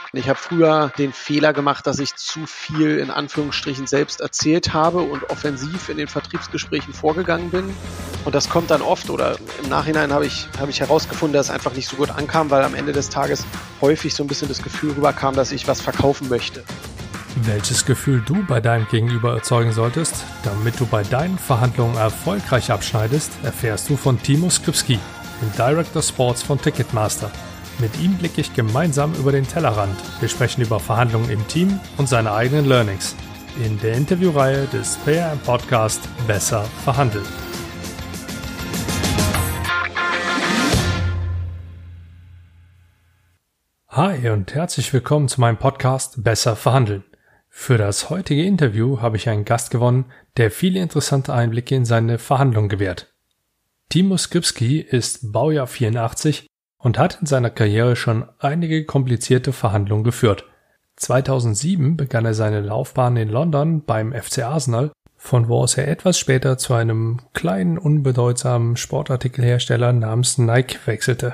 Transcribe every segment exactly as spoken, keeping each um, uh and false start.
Ich habe früher den Fehler gemacht, dass ich zu viel in Anführungsstrichen selbst erzählt habe und offensiv in den Vertriebsgesprächen vorgegangen bin. Und das kommt dann oft oder im Nachhinein habe ich, habe ich herausgefunden, dass es einfach nicht so gut ankam, weil am Ende des Tages häufig so ein bisschen das Gefühl rüberkam, dass ich was verkaufen möchte. Welches Gefühl du bei deinem Gegenüber erzeugen solltest, damit du bei deinen Verhandlungen erfolgreich abschneidest, erfährst du von Timo Skripski, dem Director Sports von Ticketmaster. Mit ihm blicke ich gemeinsam über den Tellerrand. Wir sprechen über Verhandlungen im Team und seine eigenen Learnings. In der Interviewreihe des P R M Podcast Besser verhandeln. Hi und herzlich willkommen zu meinem Podcast Besser verhandeln. Für das heutige Interview habe ich einen Gast gewonnen, der viele interessante Einblicke in seine Verhandlungen gewährt. Timo Skripski ist Baujahr vierundachtzig und hat in seiner Karriere schon einige komplizierte Verhandlungen geführt. zweitausendsieben begann er seine Laufbahn in London beim F C Arsenal, von wo aus er etwas später zu einem kleinen, unbedeutsamen Sportartikelhersteller namens Nike wechselte.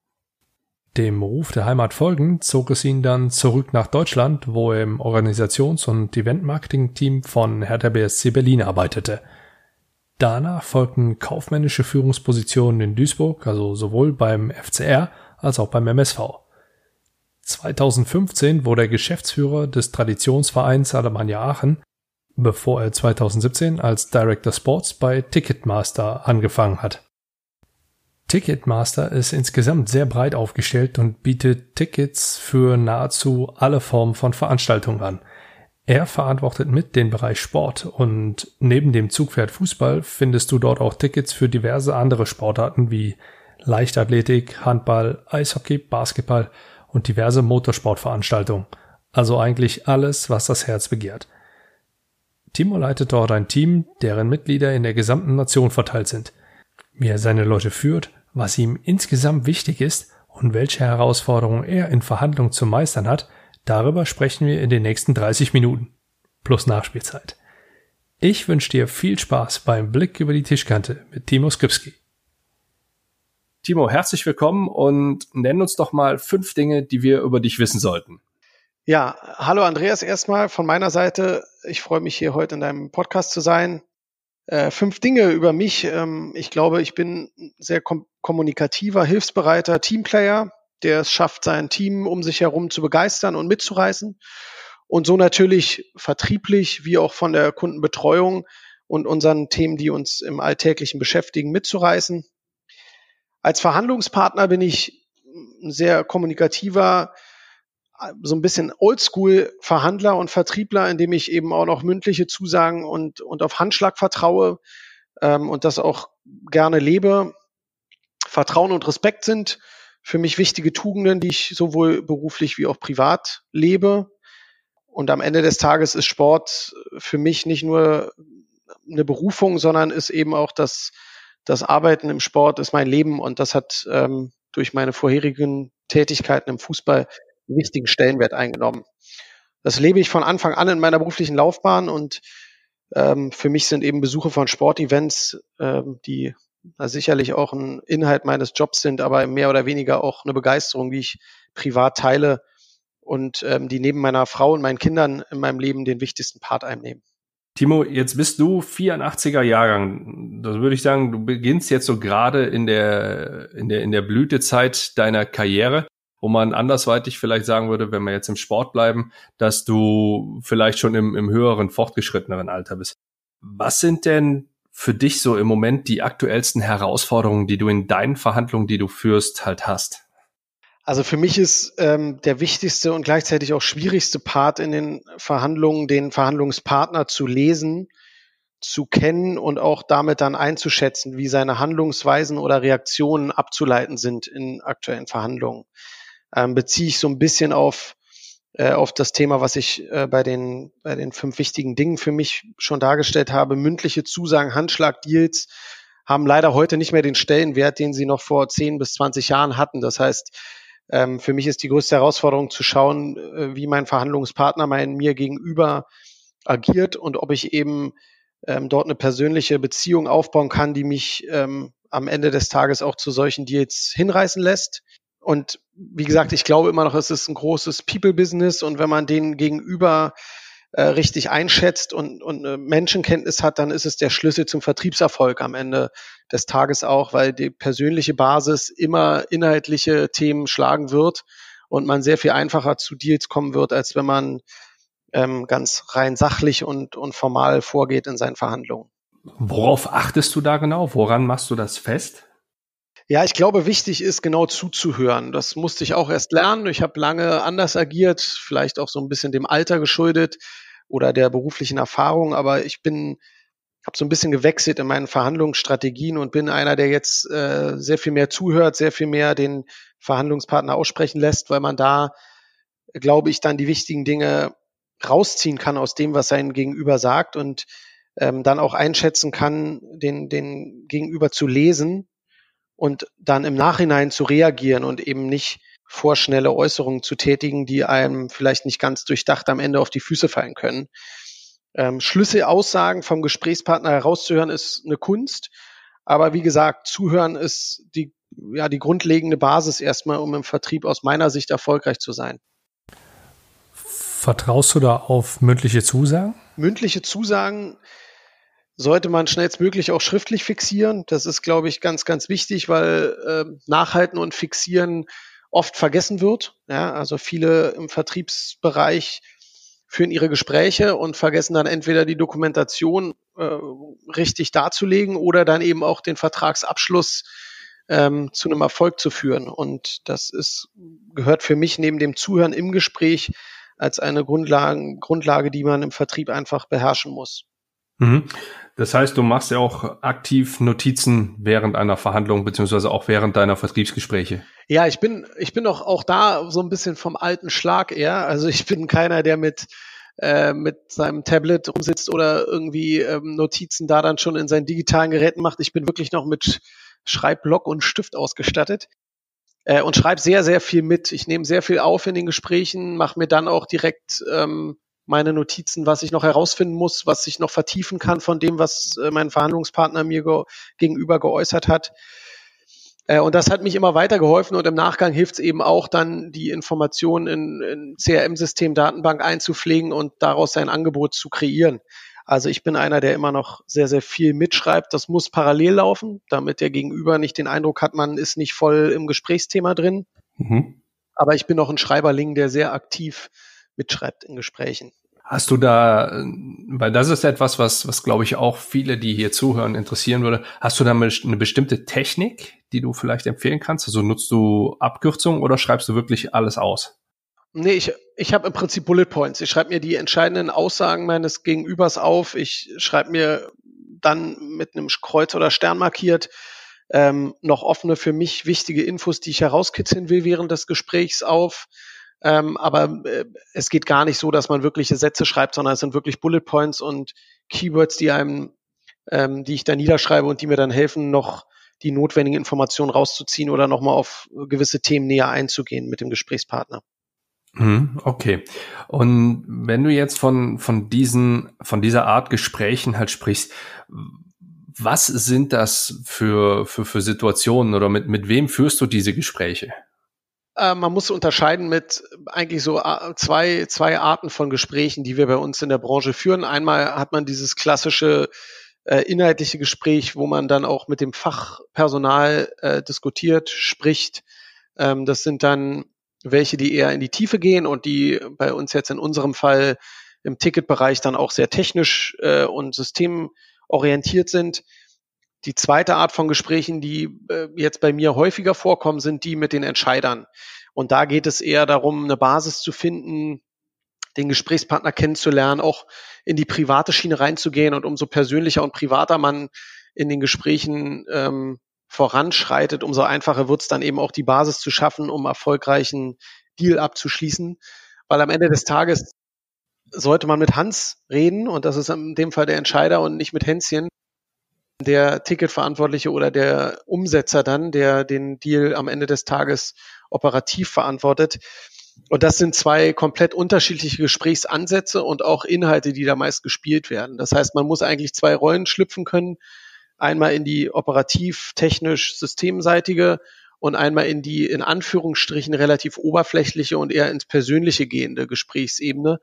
Dem Ruf der Heimat folgend zog es ihn dann zurück nach Deutschland, wo er im Organisations- und Eventmarketing-Team von Hertha B S C Berlin arbeitete. Danach folgten kaufmännische Führungspositionen in Duisburg, also sowohl beim F C R als auch beim M S V. zweitausendfünfzehn wurde er Geschäftsführer des Traditionsvereins Alemannia Aachen, bevor er zweitausendsiebzehn als Director Sports bei Ticketmaster angefangen hat. Ticketmaster ist insgesamt sehr breit aufgestellt und bietet Tickets für nahezu alle Formen von Veranstaltungen an. Er verantwortet mit den Bereich Sport und neben dem Zugpferd Fußball findest du dort auch Tickets für diverse andere Sportarten wie Leichtathletik, Handball, Eishockey, Basketball und diverse Motorsportveranstaltungen. Also eigentlich alles, was das Herz begehrt. Timo leitet dort ein Team, deren Mitglieder in der gesamten Nation verteilt sind. Wie er seine Leute führt, was ihm insgesamt wichtig ist und welche Herausforderungen er in Verhandlungen zu meistern hat, darüber sprechen wir in den nächsten dreißig Minuten. Plus Nachspielzeit. Ich wünsche dir viel Spaß beim Blick über die Tischkante mit Timo Skripski. Timo, herzlich willkommen und nenn uns doch mal fünf Dinge, die wir über dich wissen sollten. Ja, hallo Andreas erstmal von meiner Seite. Ich freue mich hier heute in deinem Podcast zu sein. Äh, fünf Dinge über mich. Ähm, ich glaube, ich bin ein sehr kom- kommunikativer, hilfsbereiter Teamplayer, der es schafft, sein Team um sich herum zu begeistern und mitzureißen und so natürlich vertrieblich wie auch von der Kundenbetreuung und unseren Themen, die uns im Alltäglichen beschäftigen, mitzureißen. Als Verhandlungspartner bin ich ein sehr kommunikativer, so ein bisschen Oldschool-Verhandler und Vertriebler, indem ich eben auch noch mündliche Zusagen und, und auf Handschlag vertraue ähm, und das auch gerne lebe. Vertrauen und Respekt sind für mich wichtige Tugenden, die ich sowohl beruflich wie auch privat lebe. Und am Ende des Tages ist Sport für mich nicht nur eine Berufung, sondern ist eben auch das, das Arbeiten im Sport ist mein Leben. Und das hat ähm, durch meine vorherigen Tätigkeiten im Fußball einen wichtigen Stellenwert eingenommen. Das lebe ich von Anfang an in meiner beruflichen Laufbahn und ähm, für mich sind eben Besuche von Sportevents, ähm, die na, sicherlich auch ein Inhalt meines Jobs sind, aber mehr oder weniger auch eine Begeisterung, die ich privat teile und ähm, die neben meiner Frau und meinen Kindern in meinem Leben den wichtigsten Part einnehmen. Timo, jetzt bist du vierundachtziger Jahrgang. Das würde ich sagen, du beginnst jetzt so gerade in der, in der, in der Blütezeit deiner Karriere, wo man andersweitig vielleicht sagen würde, wenn wir jetzt im Sport bleiben, dass du vielleicht schon im, im höheren, fortgeschritteneren Alter bist. Was sind denn für dich so im Moment die aktuellsten Herausforderungen, die du in deinen Verhandlungen, die du führst, halt hast? Also für mich ist ähm, der wichtigste und gleichzeitig auch schwierigste Part in den Verhandlungen, den Verhandlungspartner zu lesen, zu kennen und auch damit dann einzuschätzen, wie seine Handlungsweisen oder Reaktionen abzuleiten sind in aktuellen Verhandlungen. Ähm, beziehe ich so ein bisschen auf äh, auf das Thema, was ich äh, bei den bei den fünf wichtigen Dingen für mich schon dargestellt habe. Mündliche Zusagen, Handschlag-Deals haben leider heute nicht mehr den Stellenwert, den sie noch vor zehn bis zwanzig Jahren hatten. Das heißt, ähm, für mich ist die größte Herausforderung zu schauen, äh, wie mein Verhandlungspartner mein mir gegenüber agiert und ob ich eben ähm, dort eine persönliche Beziehung aufbauen kann, die mich ähm, am Ende des Tages auch zu solchen Deals hinreißen lässt. und wie gesagt, ich glaube immer noch, es ist ein großes People-Business und wenn man den Gegenüber äh, richtig einschätzt und, und eine Menschenkenntnis hat, dann ist es der Schlüssel zum Vertriebserfolg am Ende des Tages auch, weil die persönliche Basis immer inhaltliche Themen schlagen wird und man sehr viel einfacher zu Deals kommen wird, als wenn man ähm, ganz rein sachlich und, und formal vorgeht in seinen Verhandlungen. Worauf achtest du da genau? Woran machst du das fest? Ja, ich glaube, wichtig ist, genau zuzuhören. Das musste ich auch erst lernen. Ich habe lange anders agiert, vielleicht auch so ein bisschen dem Alter geschuldet oder der beruflichen Erfahrung, aber ich bin, habe so ein bisschen gewechselt in meinen Verhandlungsstrategien und bin einer, der jetzt äh, sehr viel mehr zuhört, sehr viel mehr den Verhandlungspartner aussprechen lässt, weil man da, glaube ich, dann die wichtigen Dinge rausziehen kann aus dem, was sein Gegenüber sagt und ähm, dann auch einschätzen kann, den, den Gegenüber zu lesen und dann im Nachhinein zu reagieren und eben nicht vorschnelle Äußerungen zu tätigen, die einem vielleicht nicht ganz durchdacht am Ende auf die Füße fallen können. Ähm, Schlüsselaussagen vom Gesprächspartner herauszuhören ist eine Kunst, aber wie gesagt, zuhören ist die, ja, die grundlegende Basis erstmal, um im Vertrieb aus meiner Sicht erfolgreich zu sein. Vertraust du da auf mündliche Zusagen? Mündliche Zusagen sollte man schnellstmöglich auch schriftlich fixieren. Das ist, glaube ich, ganz, ganz wichtig, weil äh, Nachhalten und Fixieren oft vergessen wird. Ja, also viele im Vertriebsbereich führen ihre Gespräche und vergessen dann entweder die Dokumentation äh, richtig darzulegen oder dann eben auch den Vertragsabschluss ähm, zu einem Erfolg zu führen. Und das ist, gehört für mich neben dem Zuhören im Gespräch als eine Grundlage, Grundlage, die man im Vertrieb einfach beherrschen muss. Mhm. Das heißt, du machst ja auch aktiv Notizen während einer Verhandlung beziehungsweise auch während deiner Vertriebsgespräche. Ja, ich bin, ich bin auch, auch da so ein bisschen vom alten Schlag eher. Also ich bin keiner, der mit, äh, mit seinem Tablet rumsitzt oder irgendwie ähm, Notizen da dann schon in seinen digitalen Geräten macht. Ich bin wirklich noch mit Schreibblock und Stift ausgestattet äh, und schreibe sehr, sehr viel mit. Ich nehme sehr viel auf in den Gesprächen, mache mir dann auch direkt ähm, meine Notizen, was ich noch herausfinden muss, was ich noch vertiefen kann von dem, was äh, mein Verhandlungspartner mir ge- gegenüber geäußert hat. Äh, und das hat mich immer weitergeholfen und im Nachgang hilft es eben auch dann, die Informationen in, in C R M-System, Datenbank einzupflegen und daraus sein Angebot zu kreieren. Also ich bin einer, der immer noch sehr, sehr viel mitschreibt. Das muss parallel laufen, damit der Gegenüber nicht den Eindruck hat, man ist nicht voll im Gesprächsthema drin. Mhm. Aber ich bin auch ein Schreiberling, der sehr aktiv mitschreibt in Gesprächen. Hast du da, weil das ist etwas, was, was glaube ich auch viele, die hier zuhören, interessieren würde. Hast du da eine bestimmte Technik, die du vielleicht empfehlen kannst? Also nutzt du Abkürzungen oder schreibst du wirklich alles aus? Nee, ich, ich habe im Prinzip Bullet Points. Ich schreibe mir die entscheidenden Aussagen meines Gegenübers auf. Ich schreibe mir dann mit einem Kreuz oder Stern markiert ähm, noch offene für mich wichtige Infos, die ich herauskitzeln will während des Gesprächs auf. Ähm, aber äh, es geht gar nicht so, dass man wirkliche Sätze schreibt, sondern es sind wirklich Bullet Points und Keywords, die einem, ähm, die ich da niederschreibe und die mir dann helfen, noch die notwendigen Informationen rauszuziehen oder nochmal auf gewisse Themen näher einzugehen mit dem Gesprächspartner. Okay. Und wenn du jetzt von, von diesen, von dieser Art Gesprächen halt sprichst, was sind das für, für, für Situationen oder mit, mit wem führst du diese Gespräche? Äh, man muss unterscheiden mit eigentlich so zwei, zwei Arten von Gesprächen, die wir bei uns in der Branche führen. Einmal hat man dieses klassische äh, inhaltliche Gespräch, wo man dann auch mit dem Fachpersonal äh, diskutiert, spricht. Ähm, das sind dann welche, die eher in die Tiefe gehen und die bei uns jetzt in unserem Fall im Ticketbereich dann auch sehr technisch äh, und systemorientiert sind. Die zweite Art von Gesprächen, die äh, jetzt bei mir häufiger vorkommen, sind die mit den Entscheidern. Und da geht es eher darum, eine Basis zu finden, den Gesprächspartner kennenzulernen, auch in die private Schiene reinzugehen. Und umso persönlicher und privater man in den Gesprächen ähm, voranschreitet, umso einfacher wird es dann eben auch die Basis zu schaffen, um erfolgreichen Deal abzuschließen. Weil am Ende des Tages sollte man mit Hans reden und das ist in dem Fall der Entscheider und nicht mit Hänschen, der Ticketverantwortliche oder der Umsetzer dann, der den Deal am Ende des Tages operativ verantwortet. Und das sind zwei komplett unterschiedliche Gesprächsansätze und auch Inhalte, die da meist gespielt werden. Das heißt, man muss eigentlich zwei Rollen schlüpfen können. Einmal in die operativ, technisch, systemseitige und einmal in die in Anführungsstrichen relativ oberflächliche und eher ins Persönliche gehende Gesprächsebene.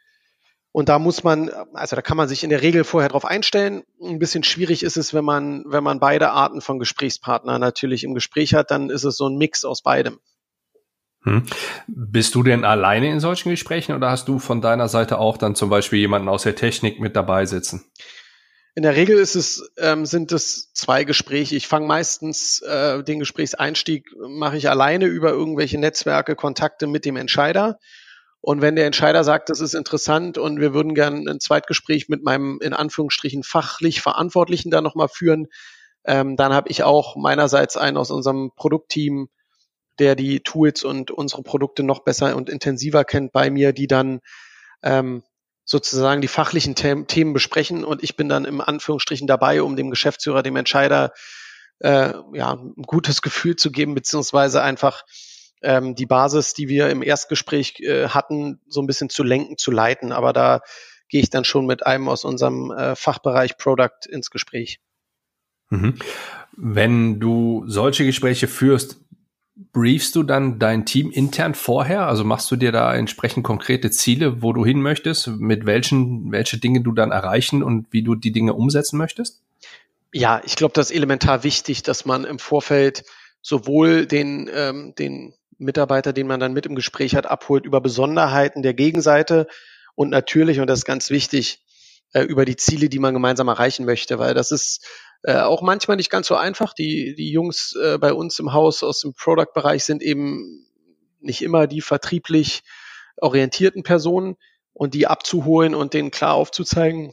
Und da muss man, also da kann man sich in der Regel vorher drauf einstellen. Ein bisschen schwierig ist es, wenn man, wenn man beide Arten von Gesprächspartnern natürlich im Gespräch hat, dann ist es so ein Mix aus beidem. Hm. Bist du denn alleine in solchen Gesprächen oder hast du von deiner Seite auch dann zum Beispiel jemanden aus der Technik mit dabei sitzen? In der Regel ist es, ähm, sind es zwei Gespräche. Ich fange meistens äh, den Gesprächseinstieg mache ich alleine über irgendwelche Netzwerke, Kontakte mit dem Entscheider. Und wenn der Entscheider sagt, das ist interessant und wir würden gerne ein Zweitgespräch mit meinem in Anführungsstrichen fachlich Verantwortlichen da nochmal führen, ähm, dann habe ich auch meinerseits einen aus unserem Produktteam, der die Tools und unsere Produkte noch besser und intensiver kennt bei mir, die dann ähm, sozusagen die fachlichen The- Themen besprechen und ich bin dann im Anführungsstrichen dabei, um dem Geschäftsführer, dem Entscheider äh, ja, ein gutes Gefühl zu geben, beziehungsweise einfach ähm, die Basis, die wir im Erstgespräch äh, hatten, so ein bisschen zu lenken, zu leiten. Aber da gehe ich dann schon mit einem aus unserem äh, Fachbereich Product ins Gespräch. Mhm. Wenn du solche Gespräche führst, briefst du dann dein Team intern vorher? Also machst du dir da entsprechend konkrete Ziele, wo du hin möchtest, mit welchen, welche Dinge du dann erreichen und wie du die Dinge umsetzen möchtest? Ja, ich glaube, das ist elementar wichtig, dass man im Vorfeld sowohl den, ähm, den Mitarbeiter, den man dann mit im Gespräch hat, abholt über Besonderheiten der Gegenseite und natürlich, und das ist ganz wichtig, äh, über die Ziele, die man gemeinsam erreichen möchte, weil das ist äh, auch manchmal nicht ganz so einfach. Die, die Jungs äh, bei uns im Haus aus dem Product-Bereich sind eben nicht immer die vertrieblich orientierten Personen und die abzuholen und denen klar aufzuzeigen,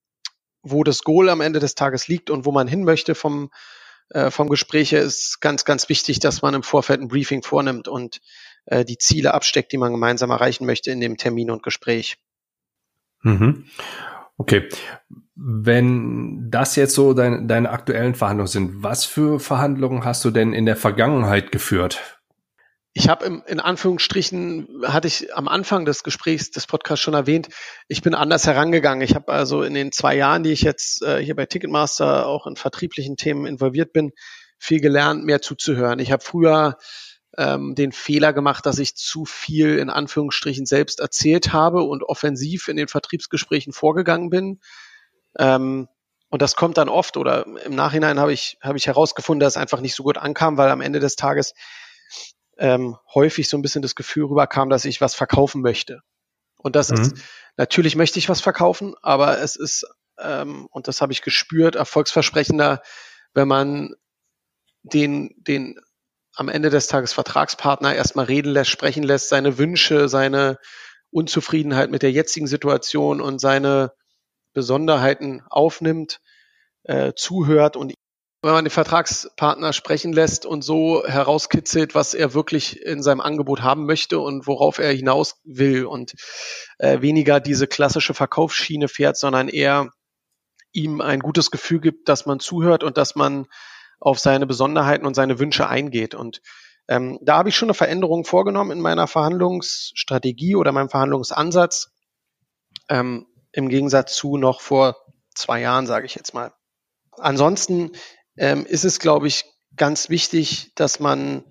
wo das Goal am Ende des Tages liegt und wo man hin möchte vom, äh, vom Gespräch her, ist ganz, ganz wichtig, dass man im Vorfeld ein Briefing vornimmt und äh, die Ziele absteckt, die man gemeinsam erreichen möchte in dem Termin und Gespräch. Mhm. Okay. Wenn das jetzt so dein, deine aktuellen Verhandlungen sind, was für Verhandlungen hast du denn in der Vergangenheit geführt? Ich habe im, in Anführungsstrichen, hatte ich am Anfang des Gesprächs des Podcasts schon erwähnt, ich bin anders herangegangen. Ich habe also in den zwei Jahren, die ich jetzt äh, hier bei Ticketmaster auch in vertrieblichen Themen involviert bin, viel gelernt, mehr zuzuhören. Ich habe früher ähm, den Fehler gemacht, dass ich zu viel in Anführungsstrichen selbst erzählt habe und offensiv in den Vertriebsgesprächen vorgegangen bin. Ähm, und das kommt dann oft oder im Nachhinein habe ich, habe ich herausgefunden, dass es einfach nicht so gut ankam, weil am Ende des Tages ähm, häufig so ein bisschen das Gefühl rüberkam, dass ich was verkaufen möchte. Und das ist, Mhm. natürlich möchte ich was verkaufen, aber es ist, ähm, und das habe ich gespürt, erfolgsversprechender, wenn man den, den am Ende des Tages Vertragspartner erstmal reden lässt, sprechen lässt, seine Wünsche, seine Unzufriedenheit mit der jetzigen Situation und seine Besonderheiten aufnimmt, äh, zuhört und wenn man den Vertragspartner sprechen lässt und so herauskitzelt, was er wirklich in seinem Angebot haben möchte und worauf er hinaus will und äh, weniger diese klassische Verkaufsschiene fährt, sondern eher ihm ein gutes Gefühl gibt, dass man zuhört und dass man auf seine Besonderheiten und seine Wünsche eingeht. Und ähm, da habe ich schon eine Veränderung vorgenommen in meiner Verhandlungsstrategie oder meinem Verhandlungsansatz, ähm, im Gegensatz zu noch vor zwei Jahren, sage ich jetzt mal. Ansonsten ähm, ist es, glaube ich, ganz wichtig, dass man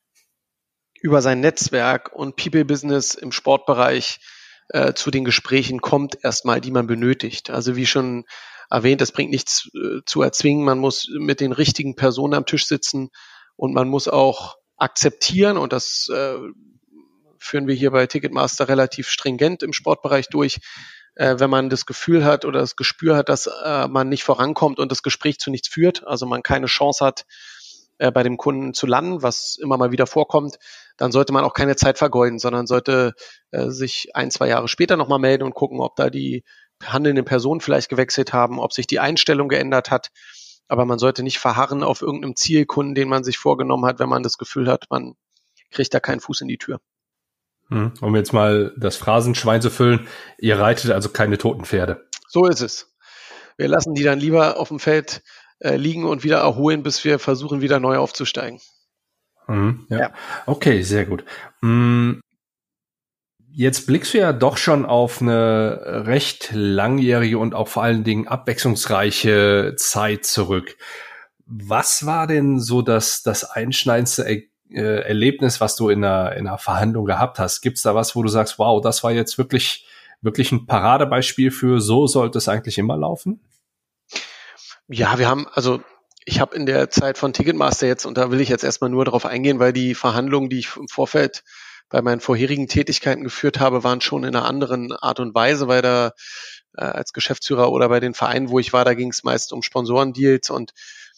über sein Netzwerk und People-Business im Sportbereich äh, zu den Gesprächen kommt, erstmal, die man benötigt. Also wie schon erwähnt, es bringt nichts äh, zu erzwingen. Man muss mit den richtigen Personen am Tisch sitzen und man muss auch akzeptieren, und das äh, führen wir hier bei Ticketmaster relativ stringent im Sportbereich durch, äh, wenn man das Gefühl hat oder das Gespür hat, dass äh, man nicht vorankommt und das Gespräch zu nichts führt, also man keine Chance hat, äh, bei dem Kunden zu landen, was immer mal wieder vorkommt, dann sollte man auch keine Zeit vergeuden, sondern sollte äh, sich ein, zwei Jahre später nochmal melden und gucken, ob da die handelnden Personen vielleicht gewechselt haben, ob sich die Einstellung geändert hat. Aber man sollte nicht verharren auf irgendeinem Zielkunden, den man sich vorgenommen hat, wenn man das Gefühl hat, man kriegt da keinen Fuß in die Tür. Um jetzt mal das Phrasenschwein zu füllen, ihr reitet also keine toten Pferde. So ist es. Wir lassen die dann lieber auf dem Feld äh, liegen und wieder erholen, bis wir versuchen, wieder neu aufzusteigen. Mhm, ja. Ja. Okay, sehr gut. Mm, Jetzt blickst du ja doch schon auf eine recht langjährige und auch vor allen Dingen abwechslungsreiche Zeit zurück. Was war denn so das, das einschneidendste er, äh, Erlebnis, was du in einer, in einer Verhandlung gehabt hast? Gibt's da was, wo du sagst, wow, das war jetzt wirklich, wirklich ein Paradebeispiel für, so sollte es eigentlich immer laufen? Ja, wir haben, also ich habe in der Zeit von Ticketmaster jetzt, und da will ich jetzt erstmal nur darauf eingehen, weil die Verhandlungen, die ich im Vorfeld bei meinen vorherigen Tätigkeiten geführt habe, waren schon in einer anderen Art und Weise, weil da äh, als Geschäftsführer oder bei den Vereinen, wo ich war, da ging es meist um Sponsorendeals und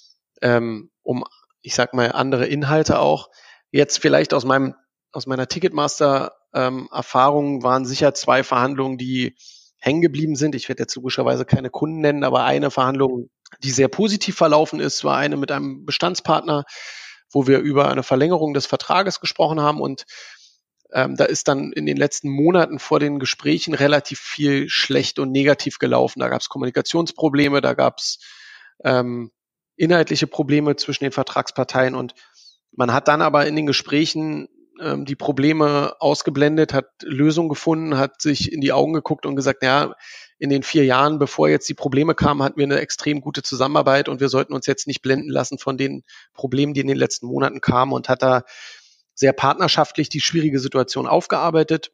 ähm, um, ich sag mal, andere Inhalte auch. Jetzt vielleicht aus meinem aus meiner Ticketmaster-Erfahrung ähm, waren sicher zwei Verhandlungen, die hängen geblieben sind. Ich werde jetzt logischerweise keine Kunden nennen, aber eine Verhandlung, die sehr positiv verlaufen ist, war eine mit einem Bestandspartner, wo wir über eine Verlängerung des Vertrages gesprochen haben und ähm, da ist dann in den letzten Monaten vor den Gesprächen relativ viel schlecht und negativ gelaufen. Da gab es Kommunikationsprobleme, da gab es ähm, inhaltliche Probleme zwischen den Vertragsparteien und man hat dann aber in den Gesprächen ähm, die Probleme ausgeblendet, hat Lösungen gefunden, hat sich in die Augen geguckt und gesagt, ja, in den vier Jahren, bevor jetzt die Probleme kamen, hatten wir eine extrem gute Zusammenarbeit und wir sollten uns jetzt nicht blenden lassen von den Problemen, die in den letzten Monaten kamen und hat da sehr partnerschaftlich die schwierige Situation aufgearbeitet.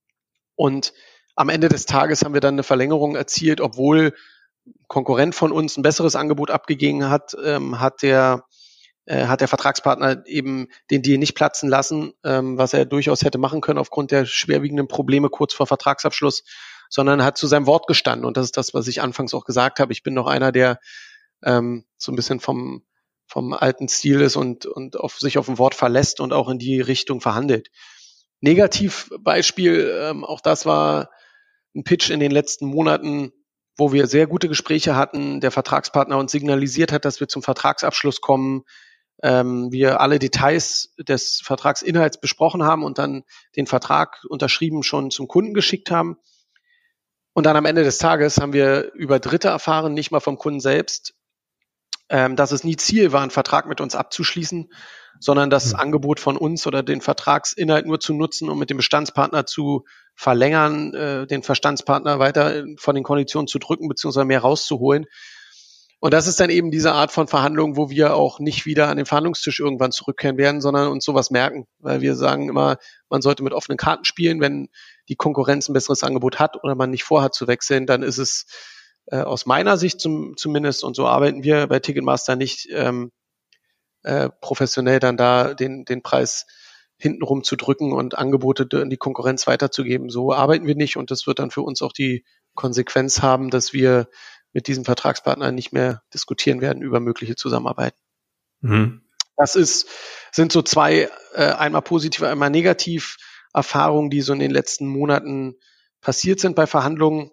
Und am Ende des Tages haben wir dann eine Verlängerung erzielt, obwohl ein Konkurrent von uns ein besseres Angebot abgegeben hat, ähm, hat der äh, hat der Vertragspartner eben den Deal nicht platzen lassen, ähm, was er durchaus hätte machen können aufgrund der schwerwiegenden Probleme kurz vor Vertragsabschluss, sondern hat zu seinem Wort gestanden. Und das ist das, was ich anfangs auch gesagt habe. Ich bin noch einer, der ähm, so ein bisschen vom vom alten Stil ist und, und auf sich auf ein Wort verlässt und auch in die Richtung verhandelt. Negativbeispiel, ähm, auch das war ein Pitch in den letzten Monaten, wo wir sehr gute Gespräche hatten, der Vertragspartner uns signalisiert hat, dass wir zum Vertragsabschluss kommen, ähm, wir alle Details des Vertragsinhalts besprochen haben und dann den Vertrag unterschrieben schon zum Kunden geschickt haben. Und dann am Ende des Tages haben wir über Dritte erfahren, nicht mal vom Kunden selbst, ähm, dass es nie Ziel war, einen Vertrag mit uns abzuschließen, sondern das mhm. Angebot von uns oder den Vertragsinhalt nur zu nutzen, um mit dem Bestandspartner zu verlängern, äh, den Verstandspartner weiter von den Konditionen zu drücken, beziehungsweise mehr rauszuholen. Und das ist dann eben diese Art von Verhandlungen, wo wir auch nicht wieder an den Verhandlungstisch irgendwann zurückkehren werden, sondern uns sowas merken. Weil wir sagen immer, man sollte mit offenen Karten spielen. Wenn die Konkurrenz ein besseres Angebot hat oder man nicht vorhat zu wechseln, dann ist es äh, aus meiner Sicht zum, zumindest, und so arbeiten wir bei Ticketmaster nicht ähm, äh, professionell, dann da den, den Preis hintenrum zu drücken und Angebote in die Konkurrenz weiterzugeben. So arbeiten wir nicht und das wird dann für uns auch die Konsequenz haben, dass wir mit diesem Vertragspartner nicht mehr diskutieren werden über mögliche Zusammenarbeit. Mhm. Das ist, sind so zwei, äh, einmal positiv, einmal negativ Erfahrungen, die so in den letzten Monaten passiert sind bei Verhandlungen.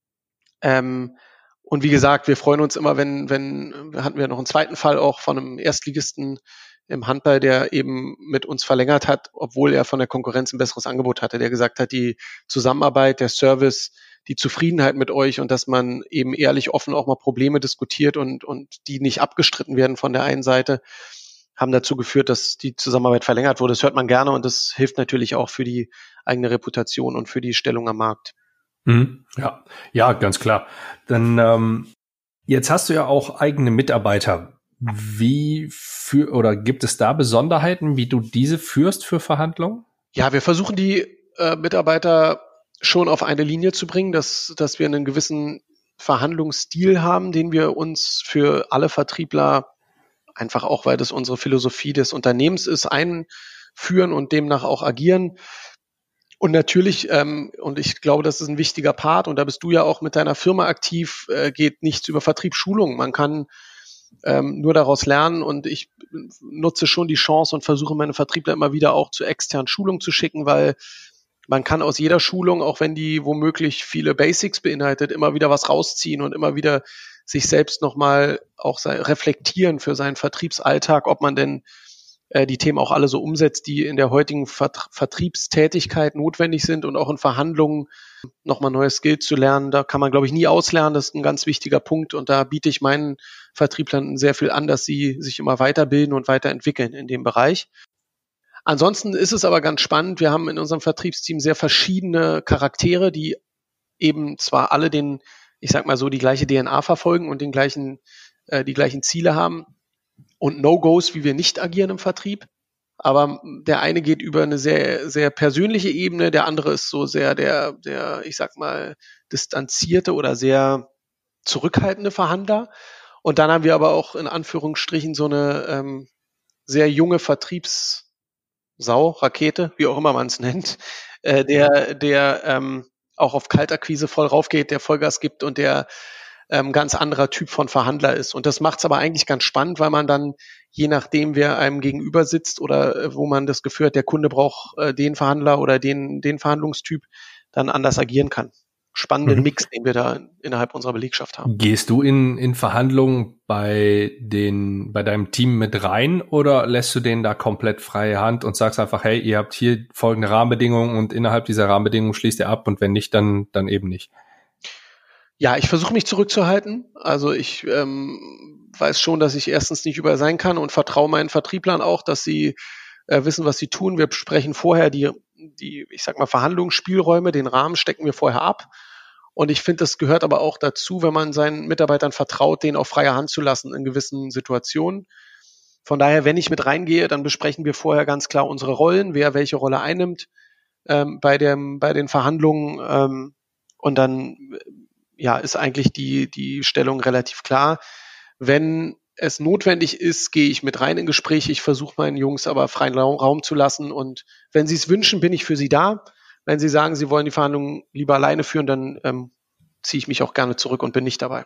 Ähm, und wie gesagt, wir freuen uns immer, wenn, wenn, hatten wir noch einen zweiten Fall auch von einem Erstligisten im Handball, der eben mit uns verlängert hat, obwohl er von der Konkurrenz ein besseres Angebot hatte, der gesagt hat, die Zusammenarbeit, der Service, die Zufriedenheit mit euch und dass man eben ehrlich offen auch mal Probleme diskutiert und, und die nicht abgestritten werden von der einen Seite, haben dazu geführt, dass die Zusammenarbeit verlängert wurde. Das hört man gerne und das hilft natürlich auch für die eigene Reputation und für die Stellung am Markt. Mhm. Ja, ja, ganz klar. Dann ähm, jetzt hast du ja auch eigene Mitarbeiter. Wie für oder gibt es da Besonderheiten, wie du diese führst für Verhandlungen? Ja, wir versuchen die äh, Mitarbeiter schon auf eine Linie zu bringen, dass, dass wir einen gewissen Verhandlungsstil haben, den wir uns für alle Vertriebler einfach auch, weil das unsere Philosophie des Unternehmens ist, einführen und demnach auch agieren. Und natürlich, ähm, und ich glaube, das ist ein wichtiger Part, und da bist du ja auch mit deiner Firma aktiv, äh, geht nichts über Vertriebsschulung. Man kann ähm, nur daraus lernen und ich nutze schon die Chance und versuche meine Vertriebler immer wieder auch zu externen Schulungen zu schicken, weil man kann aus jeder Schulung, auch wenn die womöglich viele Basics beinhaltet, immer wieder was rausziehen und immer wieder sich selbst nochmal auch reflektieren für seinen Vertriebsalltag, ob man denn äh, die Themen auch alle so umsetzt, die in der heutigen Vert- Vertriebstätigkeit notwendig sind und auch in Verhandlungen nochmal neue Skills zu lernen. Da kann man, glaube ich, nie auslernen. Das ist ein ganz wichtiger Punkt und da biete ich meinen Vertrieblern sehr viel an, dass sie sich immer weiterbilden und weiterentwickeln in dem Bereich. Ansonsten ist es aber ganz spannend. Wir haben in unserem Vertriebsteam sehr verschiedene Charaktere, die eben zwar alle den, ich sag mal so, die gleiche D N A verfolgen und den gleichen, äh, die gleichen Ziele haben, und No-Gos, wie wir nicht agieren im Vertrieb. Aber der eine geht über eine sehr, sehr persönliche Ebene, der andere ist so sehr der, der, ich sag mal, distanzierte oder sehr zurückhaltende Verhandler. Und dann haben wir aber auch in Anführungsstrichen so eine ähm, sehr junge Vertriebssau, Rakete, wie auch immer man es nennt, äh, der, der ähm, auch auf Kaltakquise voll raufgeht, der Vollgas gibt und der ähm, ganz anderer Typ von Verhandler ist. Und das macht es aber eigentlich ganz spannend, weil man dann, je nachdem, wer einem gegenüber sitzt oder äh, wo man das Gefühl hat, der Kunde braucht äh, den Verhandler oder den, den Verhandlungstyp, dann anders agieren kann. Spannenden Mhm. Mix, den wir da innerhalb unserer Belegschaft haben. Gehst du in, in Verhandlungen bei den, bei deinem Team mit rein oder lässt du denen da komplett freie Hand und sagst einfach, hey, ihr habt hier folgende Rahmenbedingungen und innerhalb dieser Rahmenbedingungen schließt ihr ab und wenn nicht, dann, dann eben nicht? Ja, ich versuche mich zurückzuhalten. Also ich ähm, weiß schon, dass ich erstens nicht überall sein kann und vertraue meinen Vertrieblern auch, dass sie äh, wissen, was sie tun. Wir besprechen vorher die, die, ich sag mal, Verhandlungsspielräume, den Rahmen stecken wir vorher ab. Und ich finde, das gehört aber auch dazu, wenn man seinen Mitarbeitern vertraut, den auf freie Hand zu lassen in gewissen Situationen. Von daher, wenn ich mit reingehe, dann besprechen wir vorher ganz klar unsere Rollen, wer welche Rolle einnimmt ähm, bei, dem, bei den Verhandlungen. Ähm, und dann ja, ist eigentlich die, die Stellung relativ klar. Wenn es notwendig ist, gehe ich mit rein in Gespräche. Ich versuche meinen Jungs aber freien Raum zu lassen. Und wenn sie es wünschen, bin ich für sie da. Wenn sie sagen, sie wollen die Verhandlungen lieber alleine führen, dann ähm, ziehe ich mich auch gerne zurück und bin nicht dabei.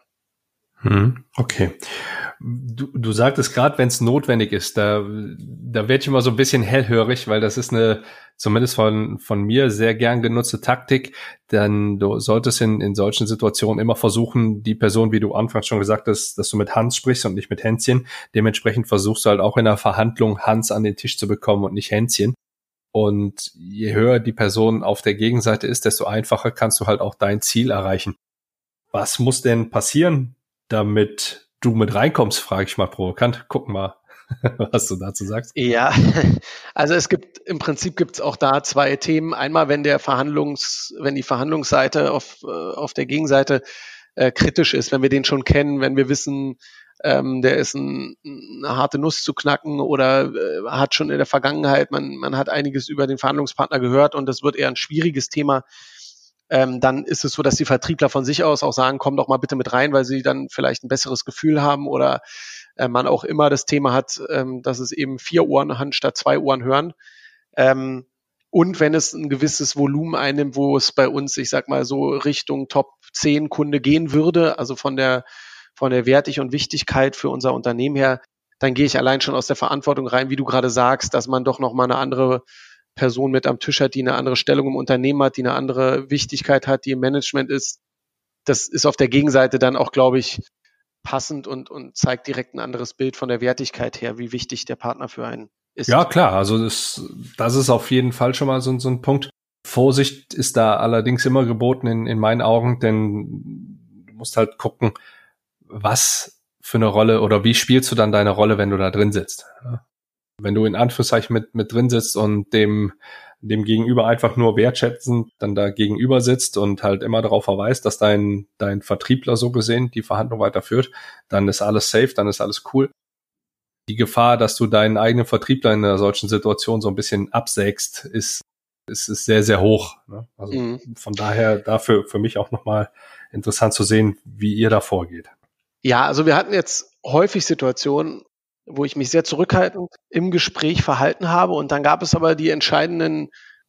Hm, okay. Du, du sagtest gerade, wenn es notwendig ist, da, da werde ich immer so ein bisschen hellhörig, weil das ist eine, zumindest von, von mir, sehr gern genutzte Taktik. Denn du solltest in, in solchen Situationen immer versuchen, die Person, wie du anfangs schon gesagt hast, dass du mit Hans sprichst und nicht mit Hänschen. Dementsprechend versuchst du halt auch in der Verhandlung Hans an den Tisch zu bekommen und nicht Hänschen. Und je höher die Person auf der Gegenseite ist, desto einfacher kannst du halt auch dein Ziel erreichen. Was muss denn passieren, damit du mit reinkommst, frage ich mal provokant. Guck mal, was du dazu sagst. Ja, also es gibt, im Prinzip gibt es auch da zwei Themen. Einmal, wenn der Verhandlungs, wenn die Verhandlungsseite auf, äh, auf der Gegenseite äh, kritisch ist, wenn wir den schon kennen, wenn wir wissen, ähm, der ist ein, eine harte Nuss zu knacken oder äh, hat schon in der Vergangenheit, man, man hat einiges über den Verhandlungspartner gehört und das wird eher ein schwieriges Thema. Ähm, dann ist es so, dass die Vertriebler von sich aus auch sagen, komm doch mal bitte mit rein, weil sie dann vielleicht ein besseres Gefühl haben oder äh, man auch immer das Thema hat, ähm, dass es eben vier Ohren hat statt zwei Ohren hören. Ähm, und wenn es ein gewisses Volumen einnimmt, wo es bei uns, ich sag mal so Richtung Top zehn Kunde gehen würde, also von der, von der Wertig und Wichtigkeit für unser Unternehmen her, dann gehe ich allein schon aus der Verantwortung rein, wie du gerade sagst, dass man doch nochmal eine andere Person mit am Tisch hat, die eine andere Stellung im Unternehmen hat, die eine andere Wichtigkeit hat, die im Management ist. Das ist auf der Gegenseite dann auch, glaube ich, passend und, und zeigt direkt ein anderes Bild von der Wertigkeit her, wie wichtig der Partner für einen ist. Ja, klar. Also das, das ist auf jeden Fall schon mal so, so ein Punkt. Vorsicht ist da allerdings immer geboten in, in meinen Augen, denn du musst halt gucken, was für eine Rolle oder wie spielst du dann deine Rolle, wenn du da drin sitzt. Wenn du in Anführungszeichen mit, mit drin sitzt und dem, dem Gegenüber einfach nur wertschätzend dann da gegenüber sitzt und halt immer darauf verweist, dass dein, dein Vertriebler so gesehen die Verhandlung weiterführt, dann ist alles safe, dann ist alles cool. Die Gefahr, dass du deinen eigenen Vertriebler in einer solchen Situation so ein bisschen absägst, ist, ist, ist sehr, sehr hoch. Ne? Also mhm. Von daher dafür für mich auch nochmal interessant zu sehen, wie ihr da vorgeht. Ja, also wir hatten jetzt häufig Situationen, wo ich mich sehr zurückhaltend im Gespräch verhalten habe. Und dann gab es aber die entscheidenden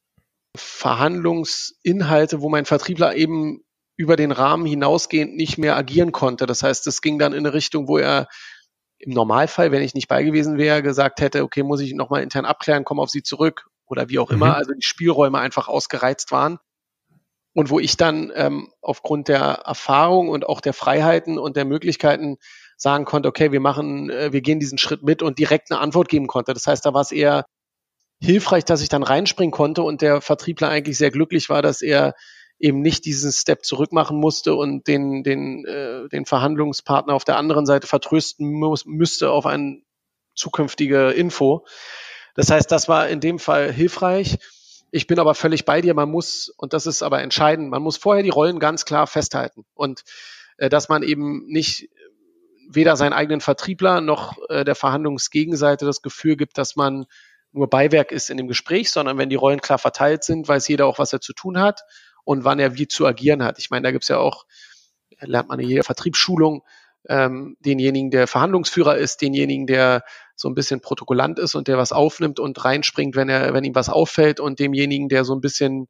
Verhandlungsinhalte, wo mein Vertriebler eben über den Rahmen hinausgehend nicht mehr agieren konnte. Das heißt, es ging dann in eine Richtung, wo er im Normalfall, wenn ich nicht bei gewesen wäre, gesagt hätte, okay, muss ich nochmal intern abklären, komme auf Sie zurück oder wie auch immer. Mhm. Also die Spielräume einfach ausgereizt waren. Und wo ich dann ähm, aufgrund der Erfahrung und auch der Freiheiten und der Möglichkeiten sagen konnte, okay, wir machen, wir gehen diesen Schritt mit und direkt eine Antwort geben konnte. Das heißt, da war es eher hilfreich, dass ich dann reinspringen konnte und der Vertriebler eigentlich sehr glücklich war, dass er eben nicht diesen Step zurück machen musste und den, den, äh, den Verhandlungspartner auf der anderen Seite vertrösten muss, müsste auf eine zukünftige Info. Das heißt, das war in dem Fall hilfreich. Ich bin aber völlig bei dir. Man muss, und das ist aber entscheidend, man muss vorher die Rollen ganz klar festhalten und äh, dass man eben nicht weder seinen eigenen Vertriebler noch äh, der Verhandlungsgegenseite das Gefühl gibt, dass man nur Beiwerk ist in dem Gespräch, sondern wenn die Rollen klar verteilt sind, weiß jeder auch, was er zu tun hat und wann er wie zu agieren hat. Ich meine, da gibt's ja auch, lernt man in jeder Vertriebsschulung, ähm, denjenigen, der Verhandlungsführer ist, denjenigen, der so ein bisschen Protokollant ist und der was aufnimmt und reinspringt, wenn er, wenn ihm was auffällt, und demjenigen, der so ein bisschen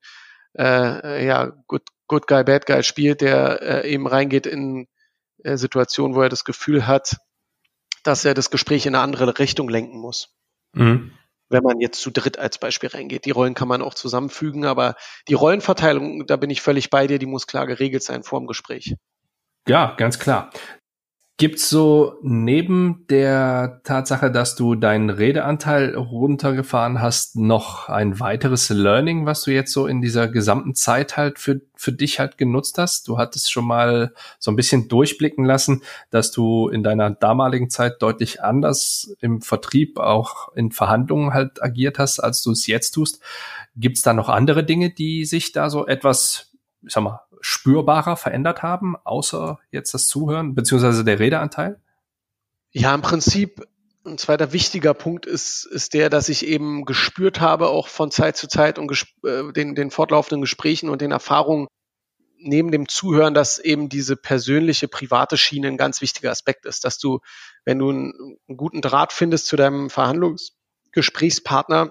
äh, ja good, good guy, bad guy spielt, der äh, eben reingeht in äh, Situationen, wo er das Gefühl hat, dass er das Gespräch in eine andere Richtung lenken muss. Mhm. Wenn man jetzt zu dritt als Beispiel reingeht. Die Rollen kann man auch zusammenfügen, aber die Rollenverteilung, da bin ich völlig bei dir, die muss klar geregelt sein vor dem Gespräch. Ja, ganz klar. Gibt's so neben der Tatsache, dass du deinen Redeanteil runtergefahren hast, noch ein weiteres Learning, was du jetzt so in dieser gesamten Zeit halt für für dich halt genutzt hast? Du hattest schon mal so ein bisschen durchblicken lassen, dass du in deiner damaligen Zeit deutlich anders im Vertrieb, auch in Verhandlungen halt agiert hast, als du es jetzt tust. Gibt's da noch andere Dinge, die sich da so etwas, ich sag mal, spürbarer verändert haben, außer jetzt das Zuhören, beziehungsweise der Redeanteil? Ja, im Prinzip ein zweiter wichtiger Punkt ist, ist der, dass ich eben gespürt habe, auch von Zeit zu Zeit und gesp- äh, den, den fortlaufenden Gesprächen und den Erfahrungen neben dem Zuhören, dass eben diese persönliche, private Schiene ein ganz wichtiger Aspekt ist, dass du, wenn du einen, einen guten Draht findest zu deinem Verhandlungsgesprächspartner,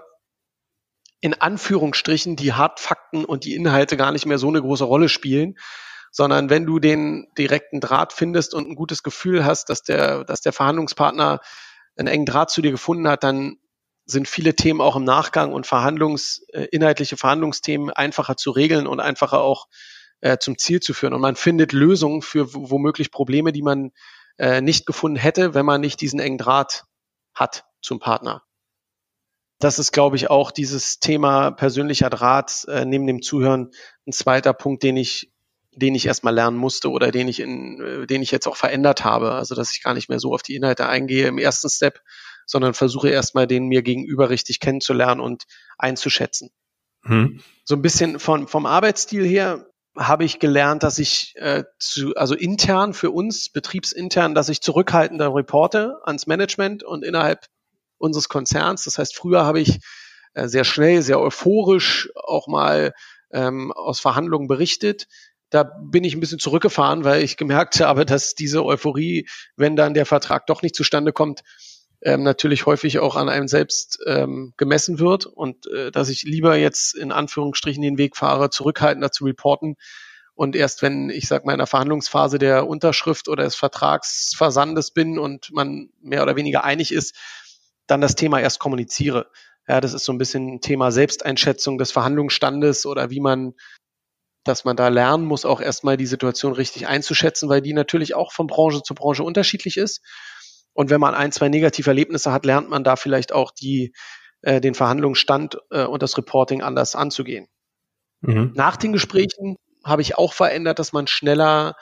in Anführungsstrichen die Hardfakten und die Inhalte gar nicht mehr so eine große Rolle spielen, sondern wenn du den direkten Draht findest und ein gutes Gefühl hast, dass der, dass der Verhandlungspartner einen engen Draht zu dir gefunden hat, dann sind viele Themen auch im Nachgang und Verhandlungs, äh, inhaltliche Verhandlungsthemen einfacher zu regeln und einfacher auch äh, zum Ziel zu führen. Und man findet Lösungen für w- womöglich Probleme, die man äh, nicht gefunden hätte, wenn man nicht diesen engen Draht hat zum Partner. Das ist, glaube ich, auch dieses Thema persönlicher Draht äh, neben dem Zuhören ein zweiter Punkt, den ich, den ich erstmal lernen musste oder den ich in, äh, den ich jetzt auch verändert habe. Also, dass ich gar nicht mehr so auf die Inhalte eingehe im ersten Step, sondern versuche erstmal den mir gegenüber richtig kennenzulernen und einzuschätzen. Hm. So ein bisschen von, vom Arbeitsstil her habe ich gelernt, dass ich äh, zu, also intern für uns, betriebsintern, dass ich zurückhaltender reporte ans Management und innerhalb unseres Konzerns. Das heißt, früher habe ich äh, sehr schnell, sehr euphorisch auch mal ähm, aus Verhandlungen berichtet. Da bin ich ein bisschen zurückgefahren, weil ich gemerkt habe, dass diese Euphorie, wenn dann der Vertrag doch nicht zustande kommt, ähm, natürlich häufig auch an einem selbst ähm, gemessen wird und äh, dass ich lieber jetzt in Anführungsstrichen den Weg fahre, zurückhaltender zu reporten und erst wenn ich sag mal in der Verhandlungsphase der Unterschrift oder des Vertragsversandes bin und man mehr oder weniger einig ist, dann das Thema erst kommuniziere. Ja, das ist so ein bisschen ein Thema Selbsteinschätzung des Verhandlungsstandes oder wie man, dass man da lernen muss, auch erstmal die Situation richtig einzuschätzen, weil die natürlich auch von Branche zu Branche unterschiedlich ist. Und wenn man ein, zwei negative Erlebnisse hat, lernt man da vielleicht auch die, äh, den Verhandlungsstand äh, und das Reporting anders anzugehen. Mhm. Nach den Gesprächen habe ich auch verändert, dass man schneller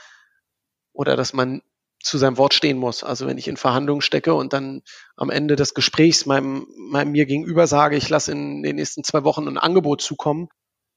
oder dass man zu seinem Wort stehen muss. Also wenn ich in Verhandlungen stecke und dann am Ende des Gesprächs meinem, meinem mir gegenüber sage, ich lasse in den nächsten zwei Wochen ein Angebot zukommen